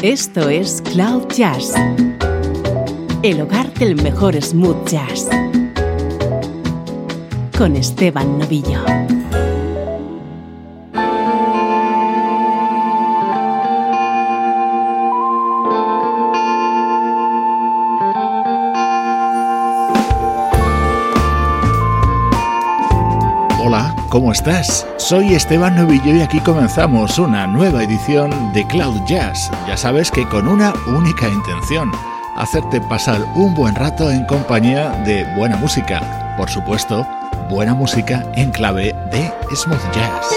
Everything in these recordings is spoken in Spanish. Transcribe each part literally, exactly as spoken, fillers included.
Esto es Cloud Jazz, el hogar del mejor smooth jazz, con Esteban Novillo. Hola, ¿cómo estás? Soy Esteban Novillo y aquí comenzamos una nueva edición de Cloud Jazz. Ya sabes que con una única intención, hacerte pasar un buen rato en compañía de buena música. Por supuesto, buena música en clave de smooth jazz.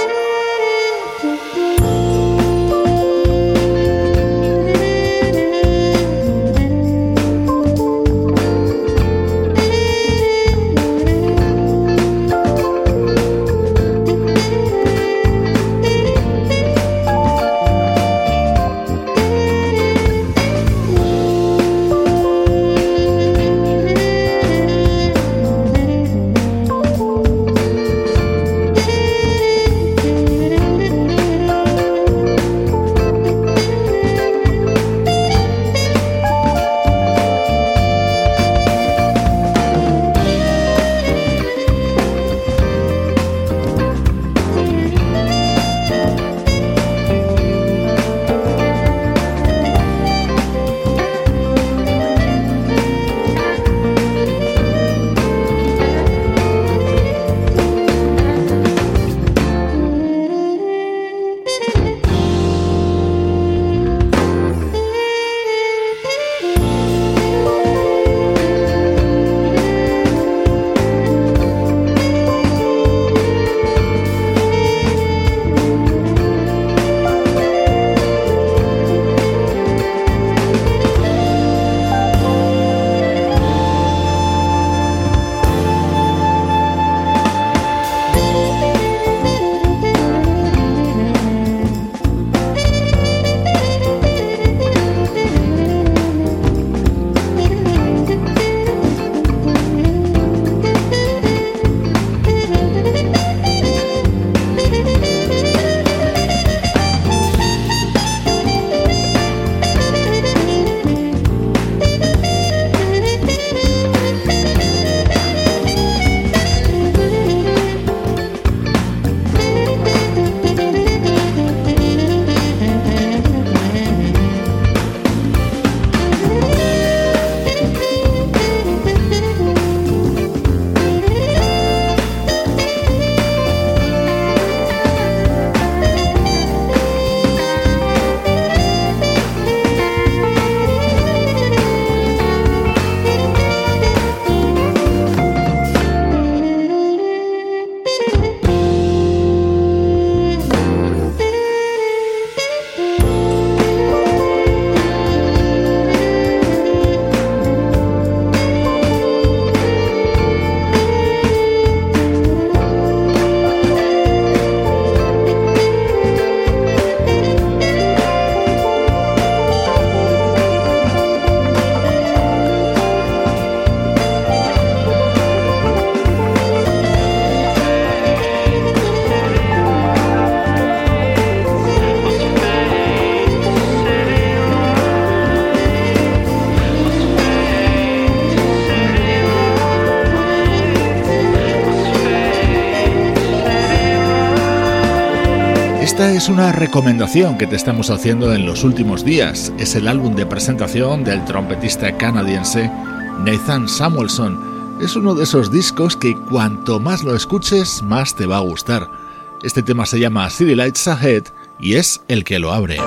Esta es una recomendación que te estamos haciendo en los últimos días. Es el álbum de presentación del trompetista canadiense Nathan Samuelson. Es uno de esos discos que cuanto más lo escuches, más te va a gustar. Este tema se llama City Lights Ahead y es el que lo abre.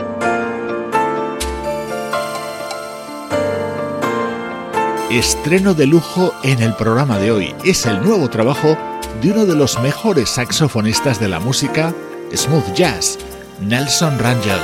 Estreno de lujo en el programa de hoy. Es el nuevo trabajo de uno de los mejores saxofonistas de la música smooth jazz, Nelson Rangel.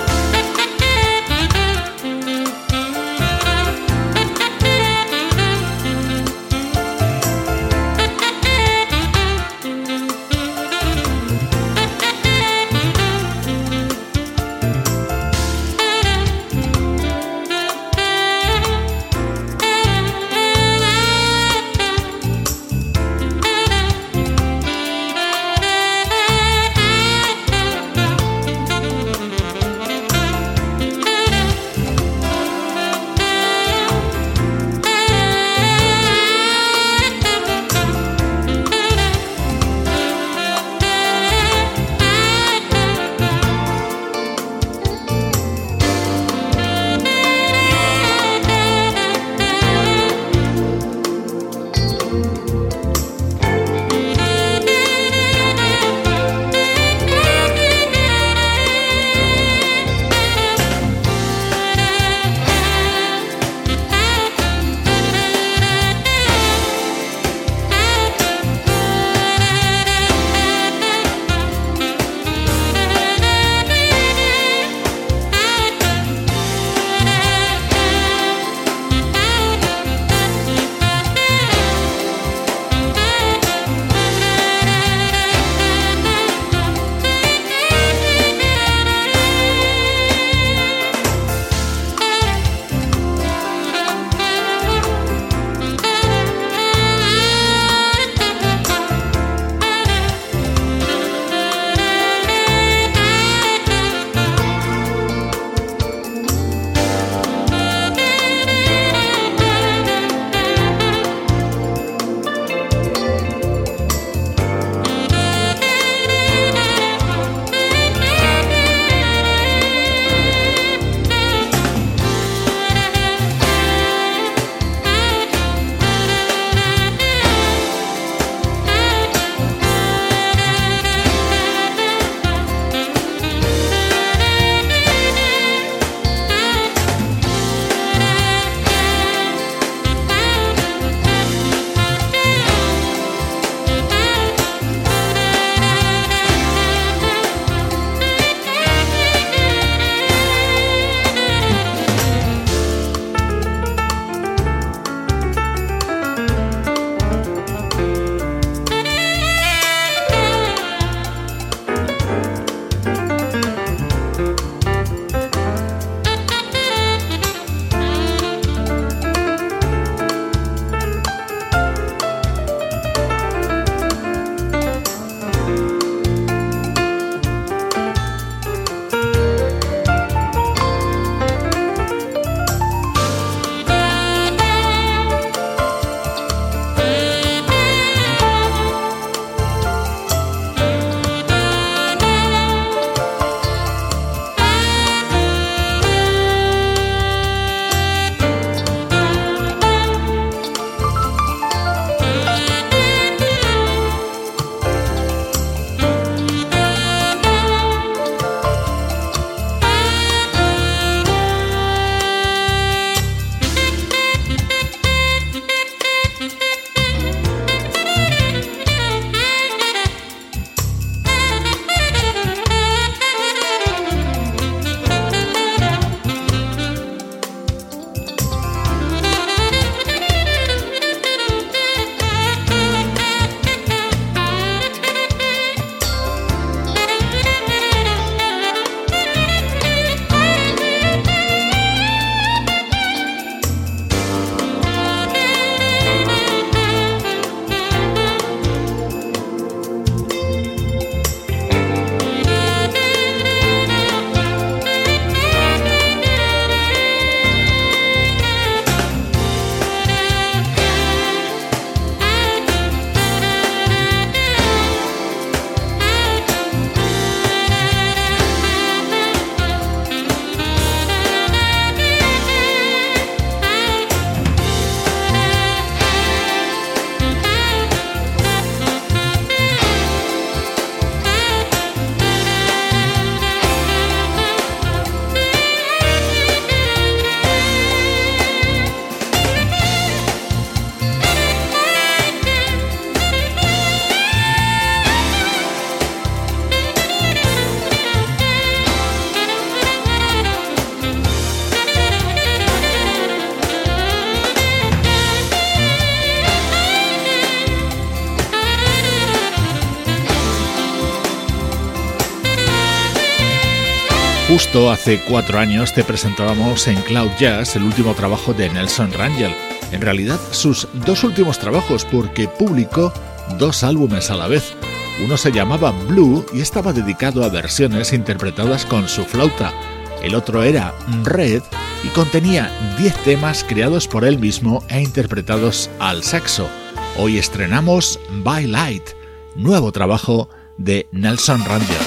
Justo hace cuatro años te presentábamos en Cloud Jazz el último trabajo de Nelson Rangel. En realidad, sus dos últimos trabajos, porque publicó dos álbumes a la vez. Uno se llamaba Blue y estaba dedicado a versiones interpretadas con su flauta. El otro era Red y contenía diez temas creados por él mismo e interpretados al saxo. Hoy estrenamos By Light, nuevo trabajo de Nelson Rangel.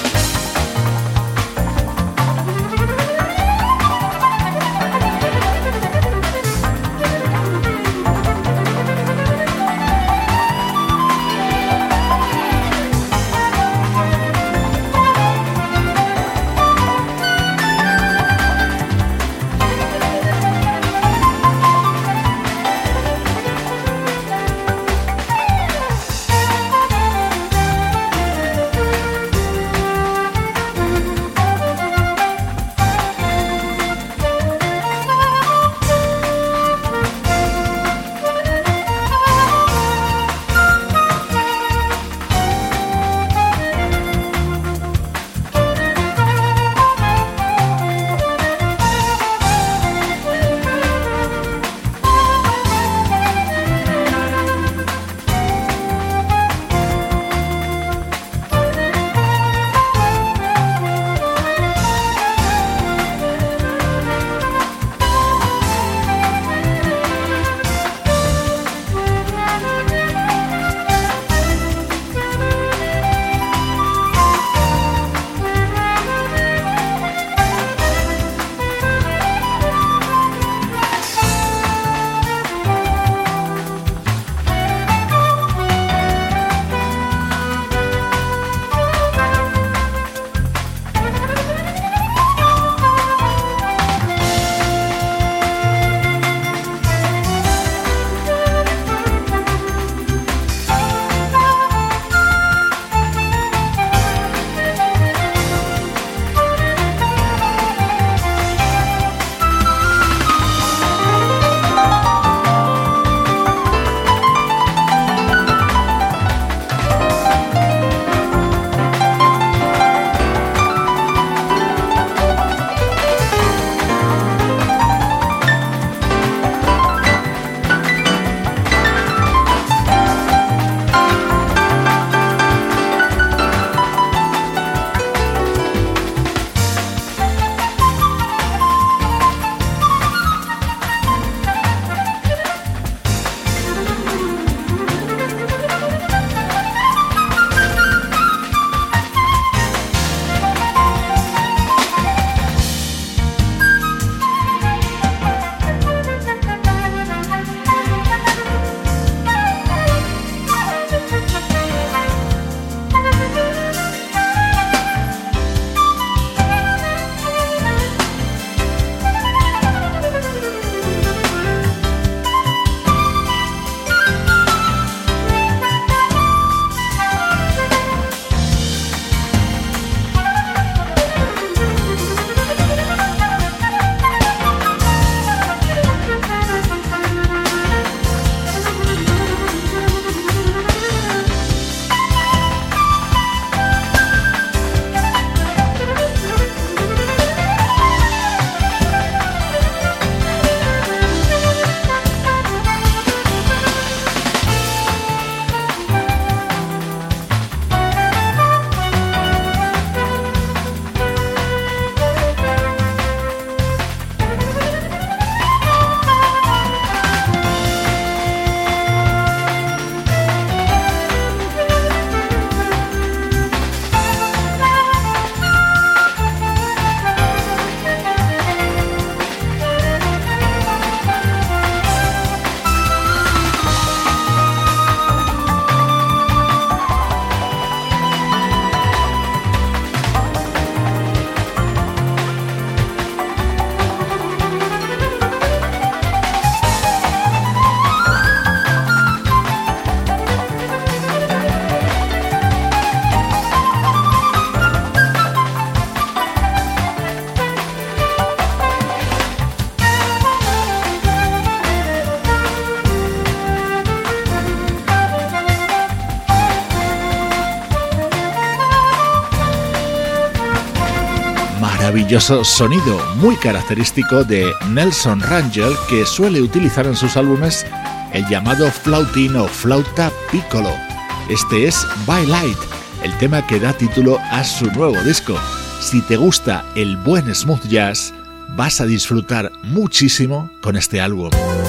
maravilloso sonido muy característico de Nelson Rangel, que suele utilizar en sus álbumes el llamado flautín o flauta piccolo. Este es By Light, el tema que da título a su nuevo disco. Si te gusta el buen smooth jazz, vas a disfrutar muchísimo con este álbum.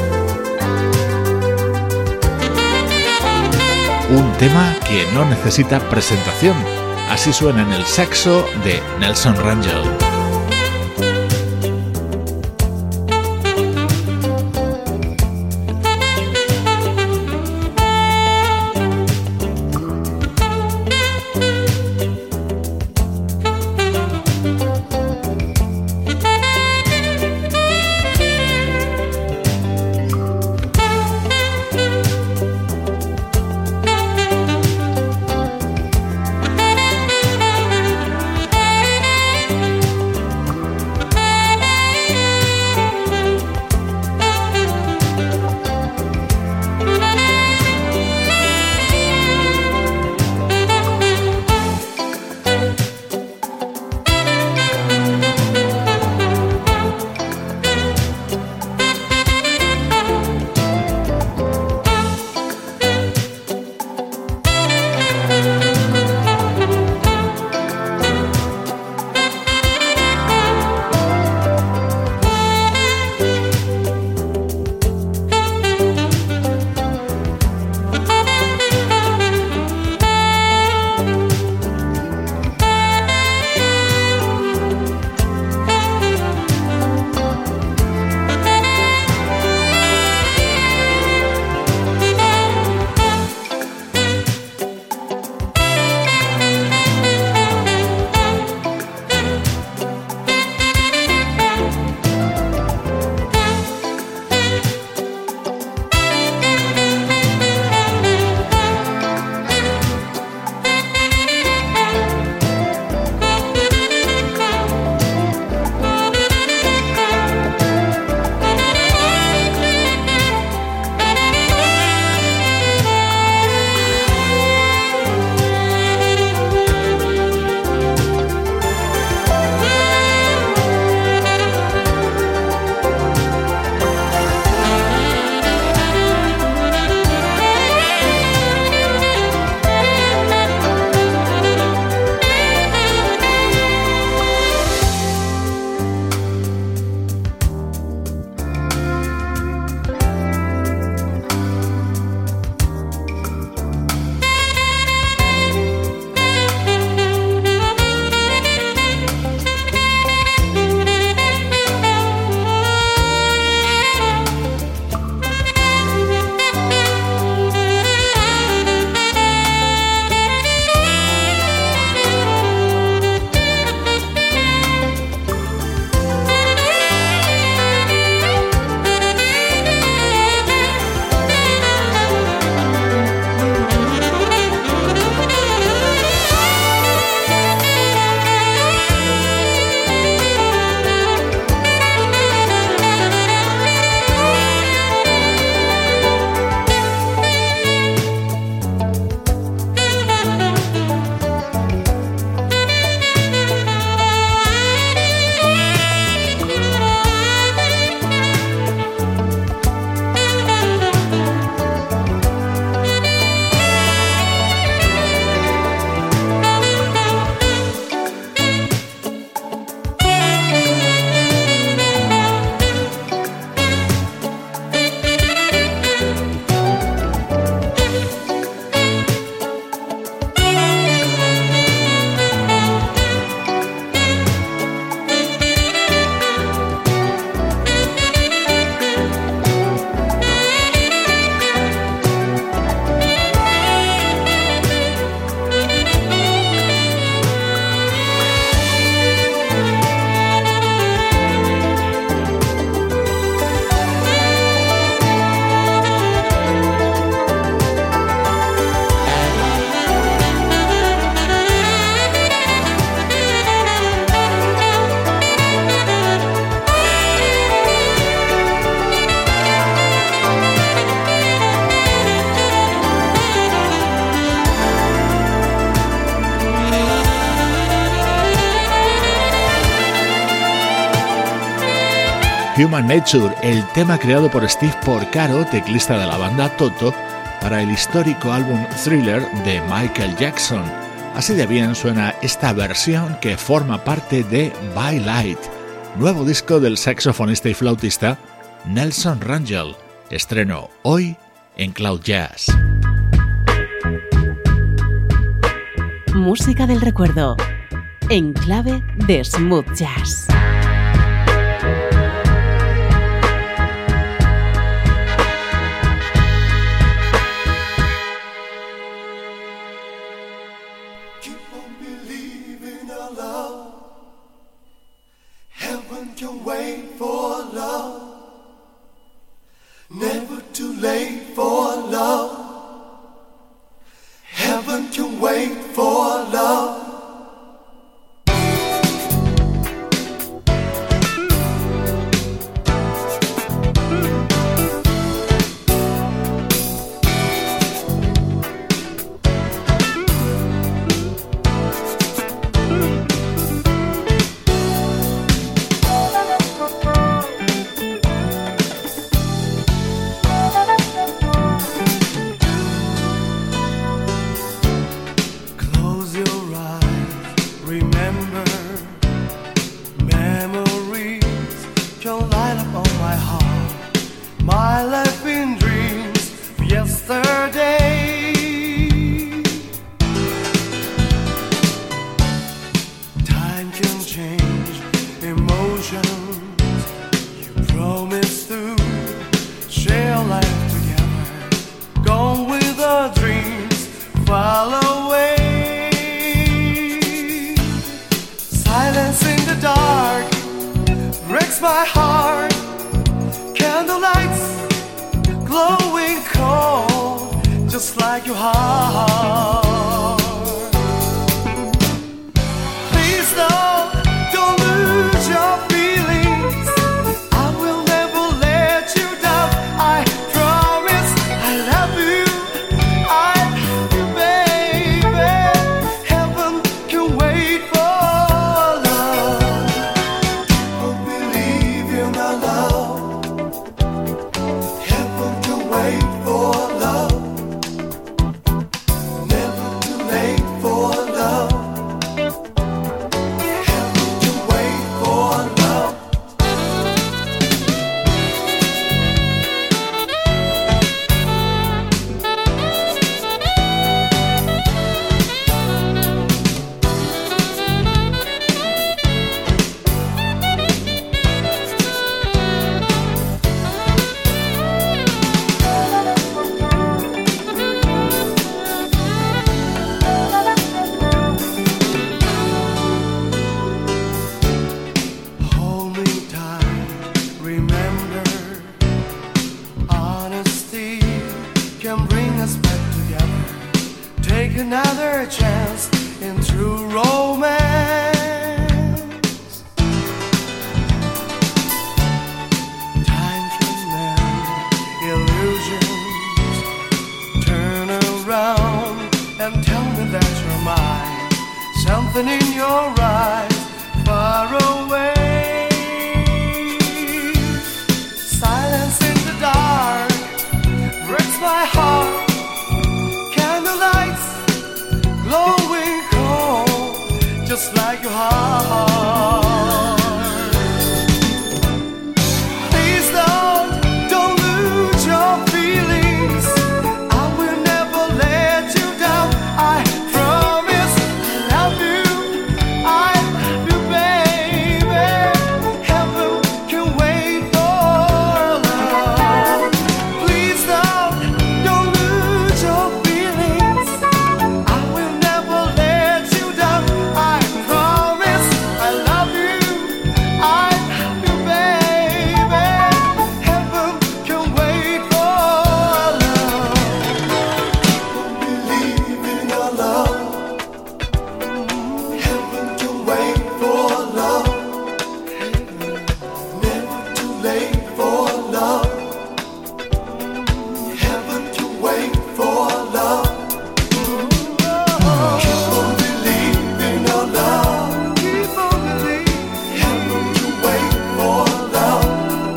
Un tema que no necesita presentación. Así suena en el saxo de Nelson Rangel. Human Nature, el tema creado por Steve Porcaro, teclista de la banda Toto, para el histórico álbum Thriller de Michael Jackson. Así de bien suena esta versión que forma parte de By Light, nuevo disco del saxofonista y flautista Nelson Rangel, estreno hoy en Cloud Jazz. Música del recuerdo, en clave de smooth jazz. Never too late for love. Heaven can wait for love. I love you.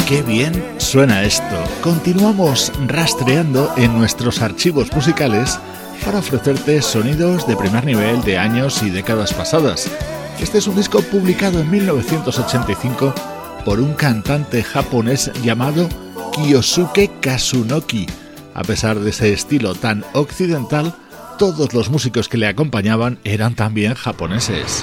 Qué bien suena esto. Continuamos rastreando en nuestros archivos musicales para ofrecerte sonidos de primer nivel de años y décadas pasadas. Este es un disco publicado en mil novecientos ochenta y cinco por un cantante japonés llamado Kiyosuke Kasunoki. A pesar de ese estilo tan occidental, todos los músicos que le acompañaban eran también japoneses.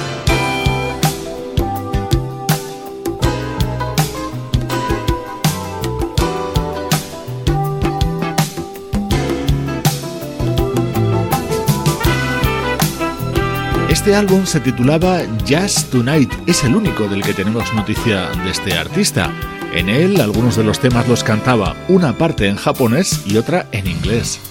Este álbum se titulaba Just Tonight, es el único del que tenemos noticia de este artista. En él, algunos de los temas los cantaba una parte en japonés y otra en inglés.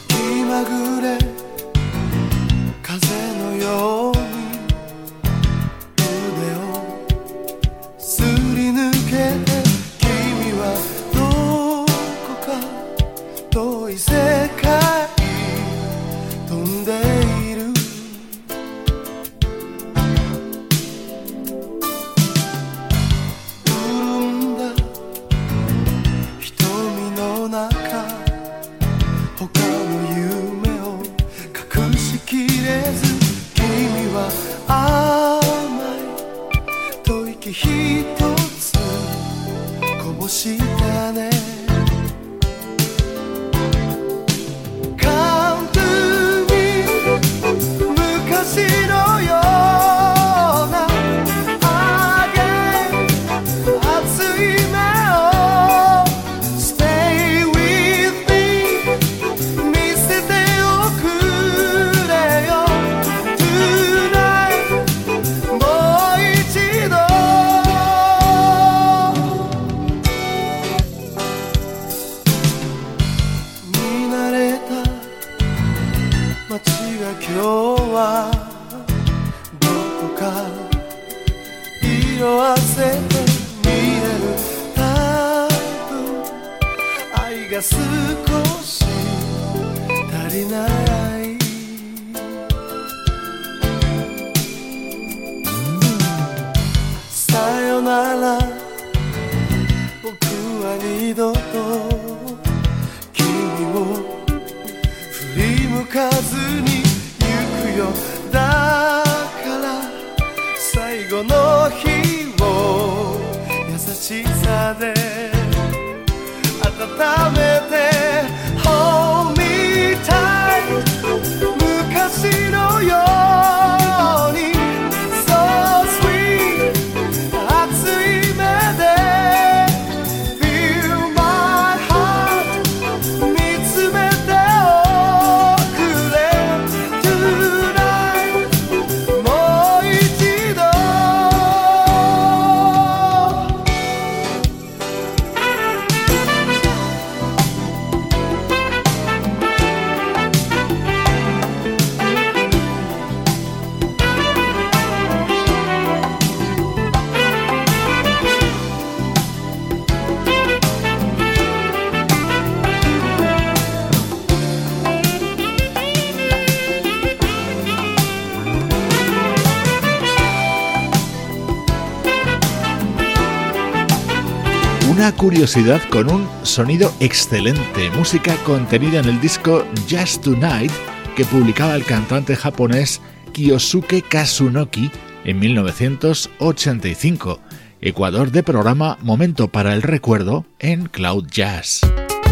Una curiosidad con un sonido excelente, música contenida en el disco Just Tonight que publicaba el cantante japonés Kiyosuke Kasunoki en mil novecientos ochenta y cinco. Ecuador de programa Momento para el Recuerdo en Cloud Jazz.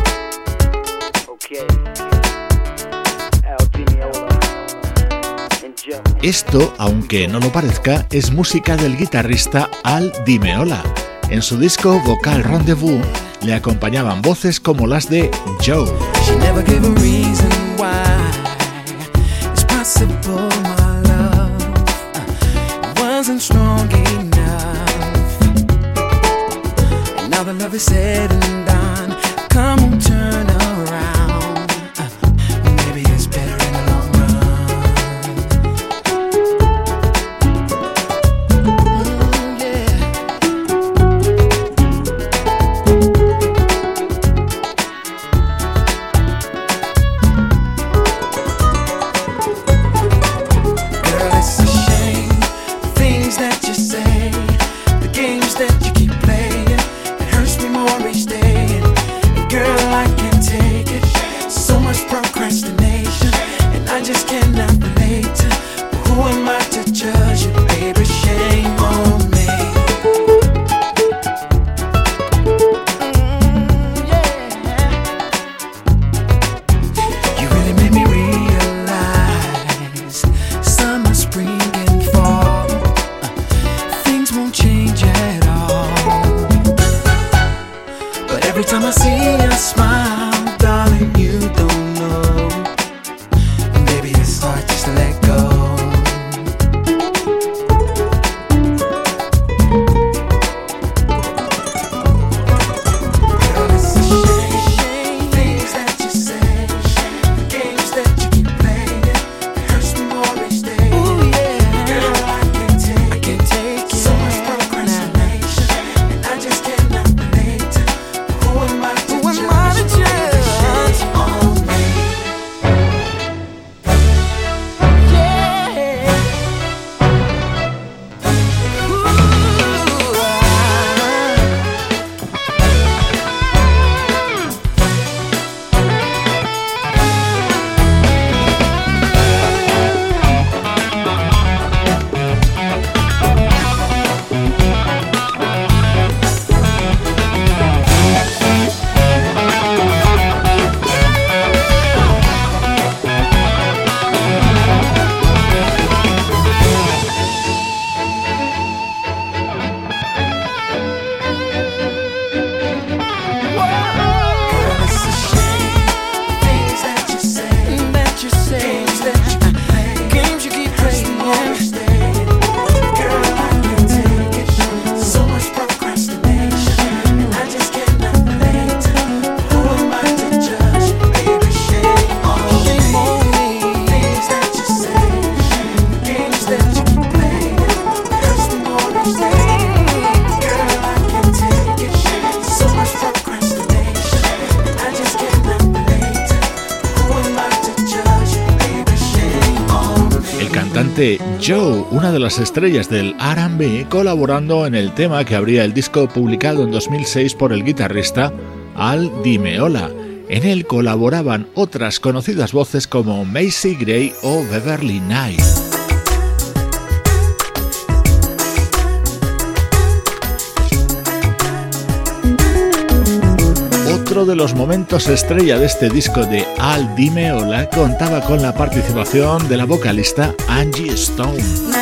Esto, aunque no lo parezca, es música del guitarrista Al Di Meola. En su disco Vocal Rendezvous le acompañaban voces como las de Joe. She never gave a reason why it's possible my love wasn't strong enough. And now the love is said and done, come on, turn around. Maybe it's better in the long run. Mm, yeah. Girl, it's a shame, the things that you say, the games that you keep playing. It hurts me more este Joe, una de las estrellas del R and B, colaborando en el tema que abría el disco publicado en dos mil seis por el guitarrista Al Di Meola. En él colaboraban otras conocidas voces como Macy Gray o Beverly Knight. Otro de los momentos estrella de este disco de Al Di Meola contaba con la participación de la vocalista Angie Stone.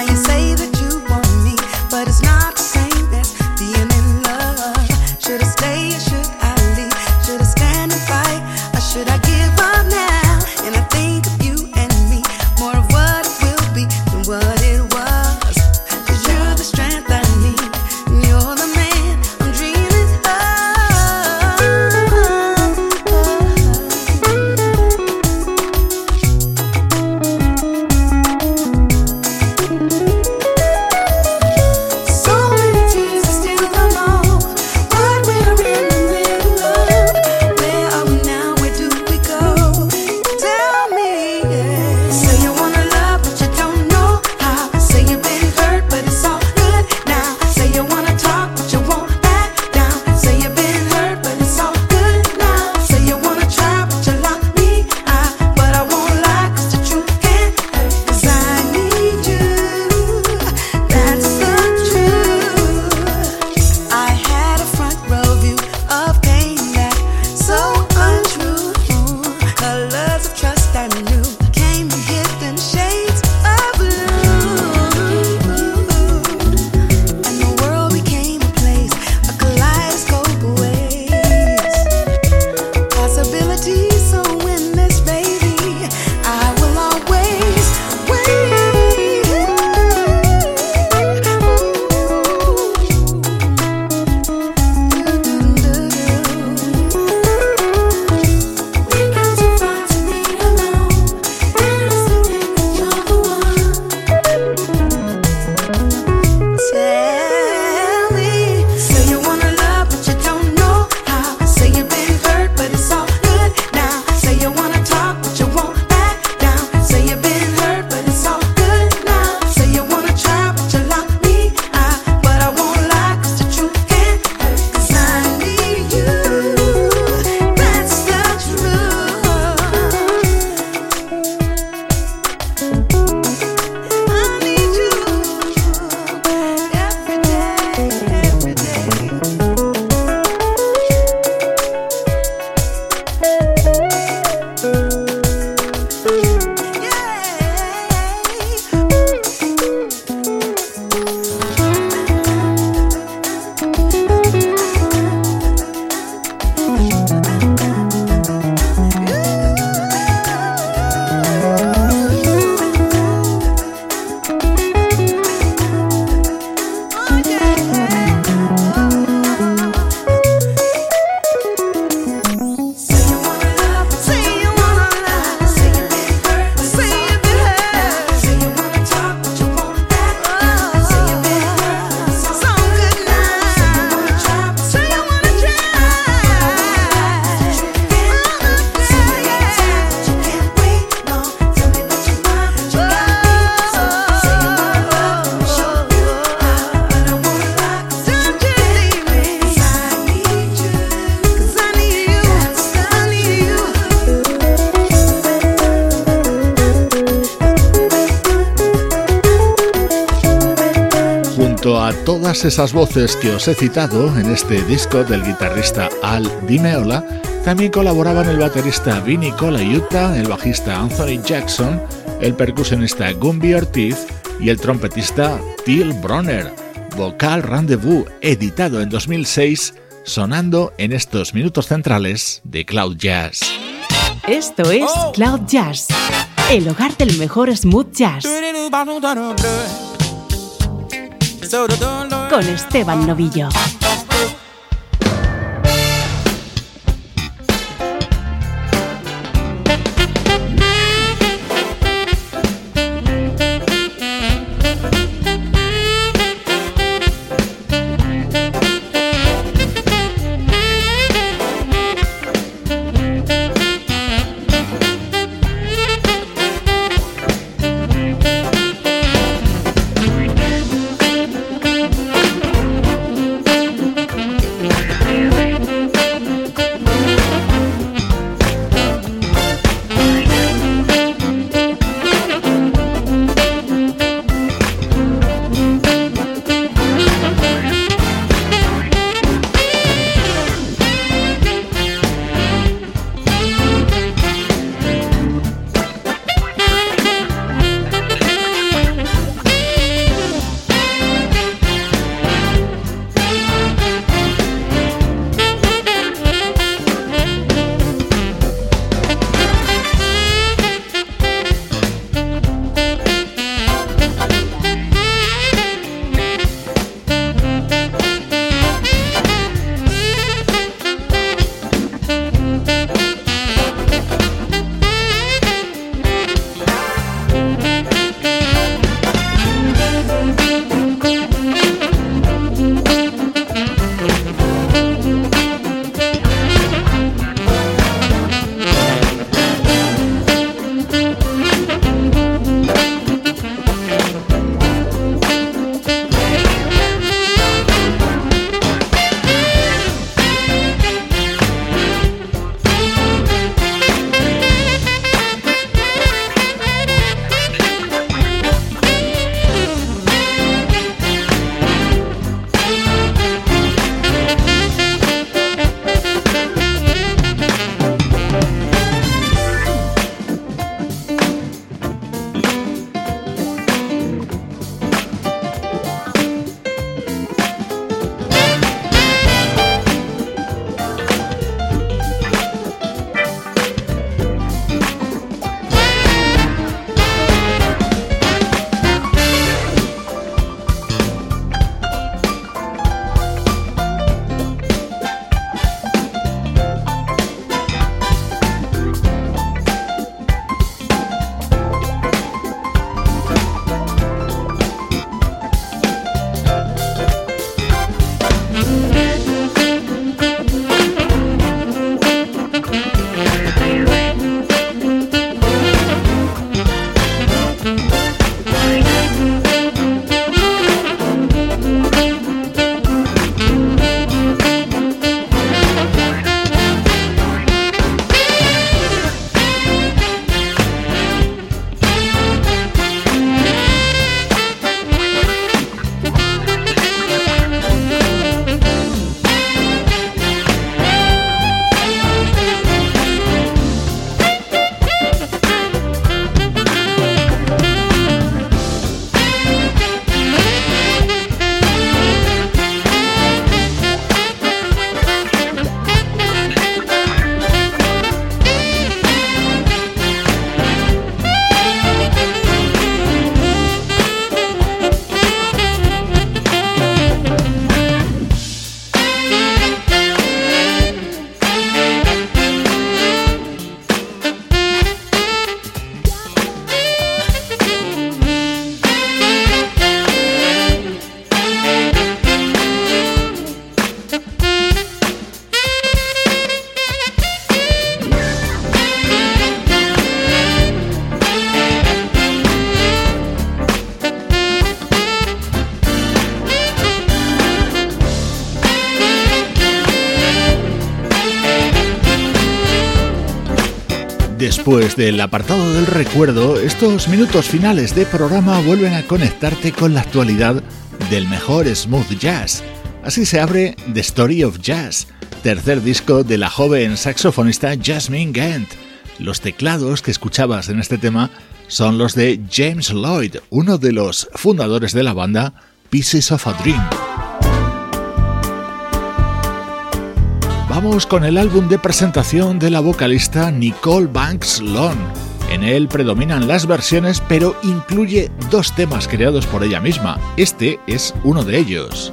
A todas esas voces que os he citado en este disco del guitarrista Al Di Meola, también colaboraban el baterista Vinny Colaiuta, el bajista Anthony Jackson, el percusionista Gumby Ortiz y el trompetista Till Bronner. Vocal Rendezvous, editado en dos mil seis, sonando en estos minutos centrales de Cloud Jazz. Esto es Cloud Jazz, el hogar del mejor smooth jazz. Con Esteban Novillo. Después del apartado del recuerdo, estos minutos finales de programa vuelven a conectarte con la actualidad del mejor smooth jazz. Así se abre The Story of Jazz, tercer disco de la joven saxofonista Jasmine Gant. Los teclados que escuchabas en este tema son los de James Lloyd, uno de los fundadores de la banda Pieces of a Dream. Vamos con el álbum de presentación de la vocalista Nicole Banks Long. En él predominan las versiones, pero incluye dos temas creados por ella misma. Este es uno de ellos.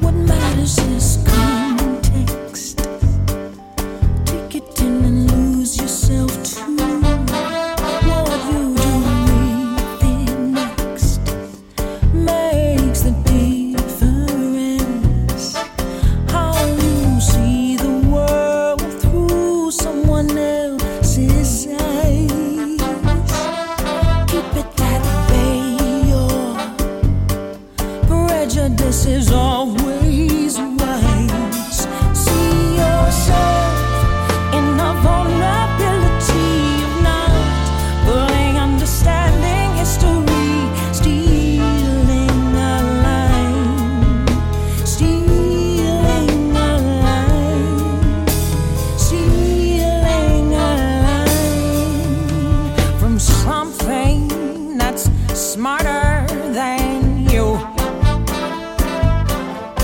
This is always wise. See yourself in the vulnerability of not fully understanding history. Stealing a line, stealing a line, stealing a line from something that's smarter than you.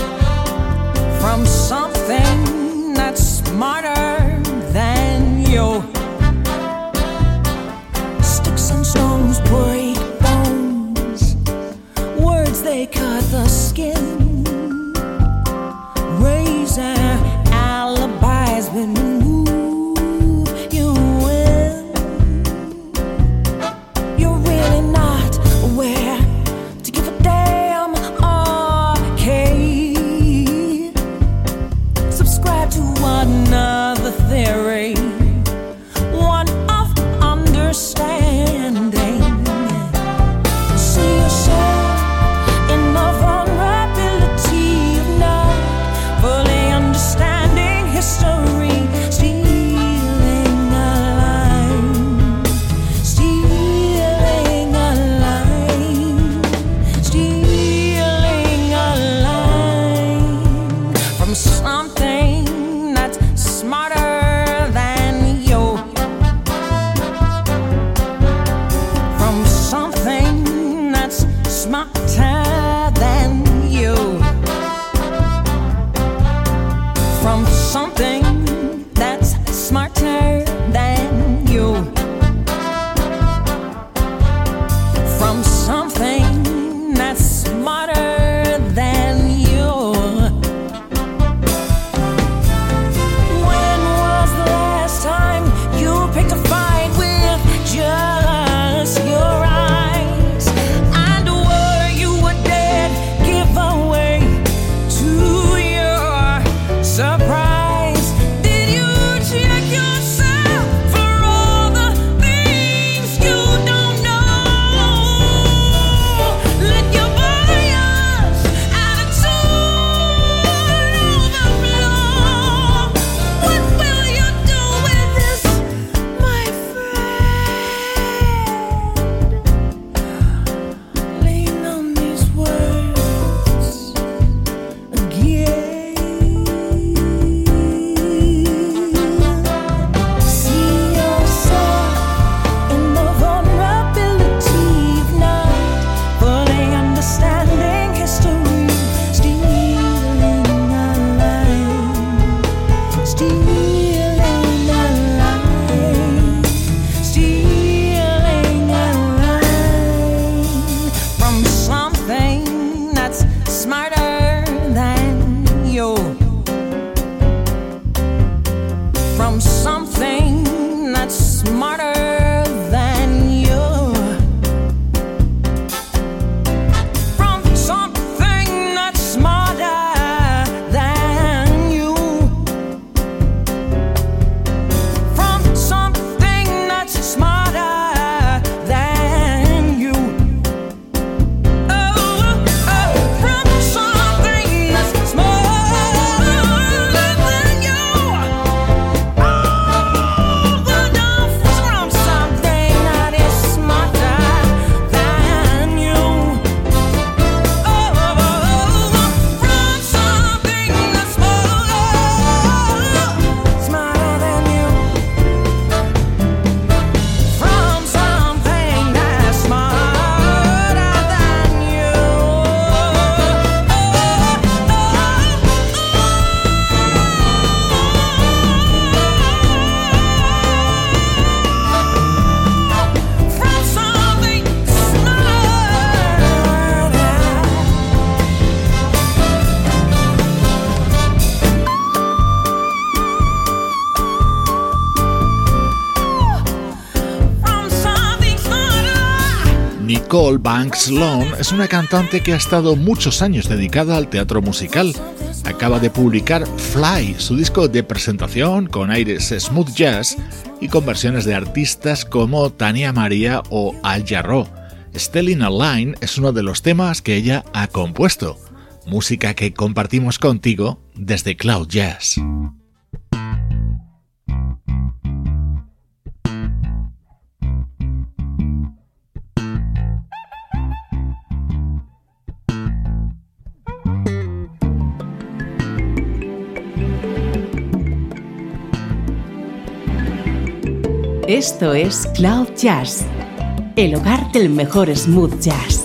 Nicole Banks Sloan es una cantante que ha estado muchos años dedicada al teatro musical. Acaba de publicar Fly, su disco de presentación con aires smooth jazz y con versiones de artistas como Tania María o Al Jarreau. Still in a Line es uno de los temas que ella ha compuesto. Música que compartimos contigo desde Cloud Jazz. Esto es Cloud Jazz, el hogar del mejor smooth jazz.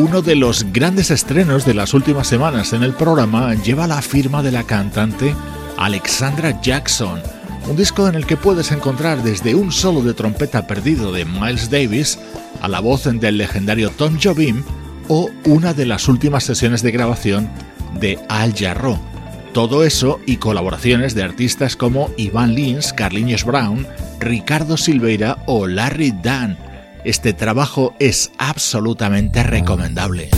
Uno de los grandes estrenos de las últimas semanas en el programa lleva la firma de la cantante Alexandra Jackson, un disco en el que puedes encontrar desde un solo de trompeta perdido de Miles Davis a la voz del legendario Tom Jobim o una de las últimas sesiones de grabación de Al Jarreau. Todo eso y colaboraciones de artistas como Ivan Lins, Carlinhos Brown, Ricardo Silveira o Larry Dunn. Este trabajo es absolutamente recomendable.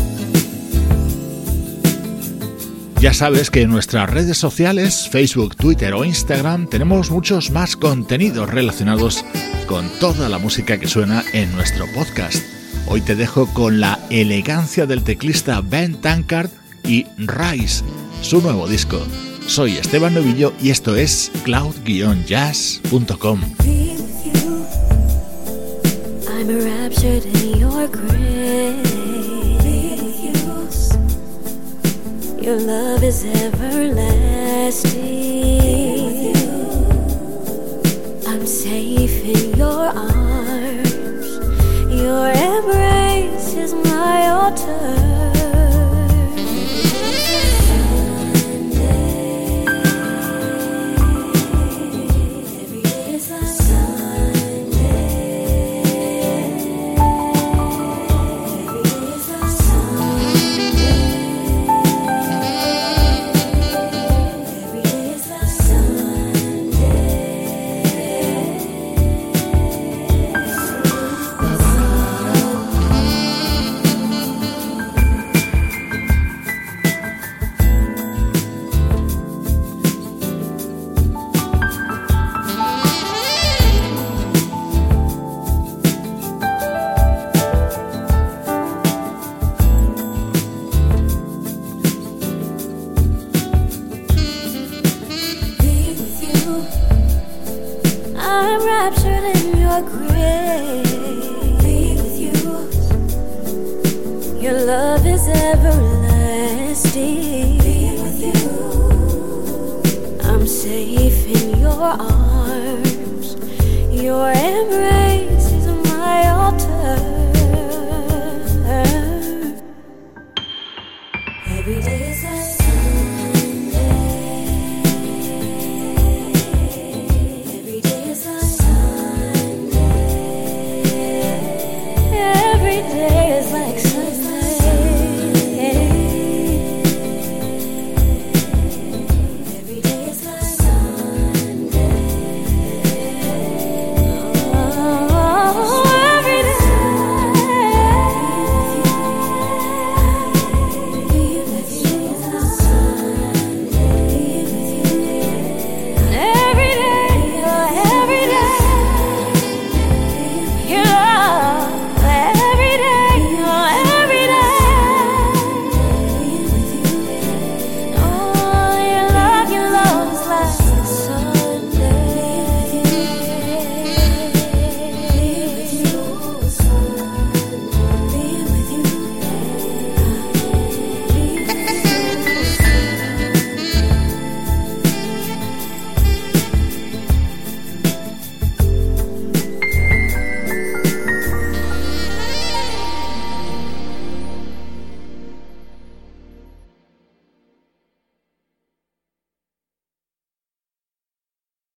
Ya sabes que en nuestras redes sociales, Facebook, Twitter o Instagram, tenemos muchos más contenidos relacionados con toda la música que suena en nuestro podcast. Hoy te dejo con la elegancia del teclista Ben Tankard y Rise, su nuevo disco. Soy Esteban Novillo y esto es cloud jazz punto com. I'm enraptured in your grace. Your love is everlasting. I'm safe in your arms. Your embrace is my altar. Every day is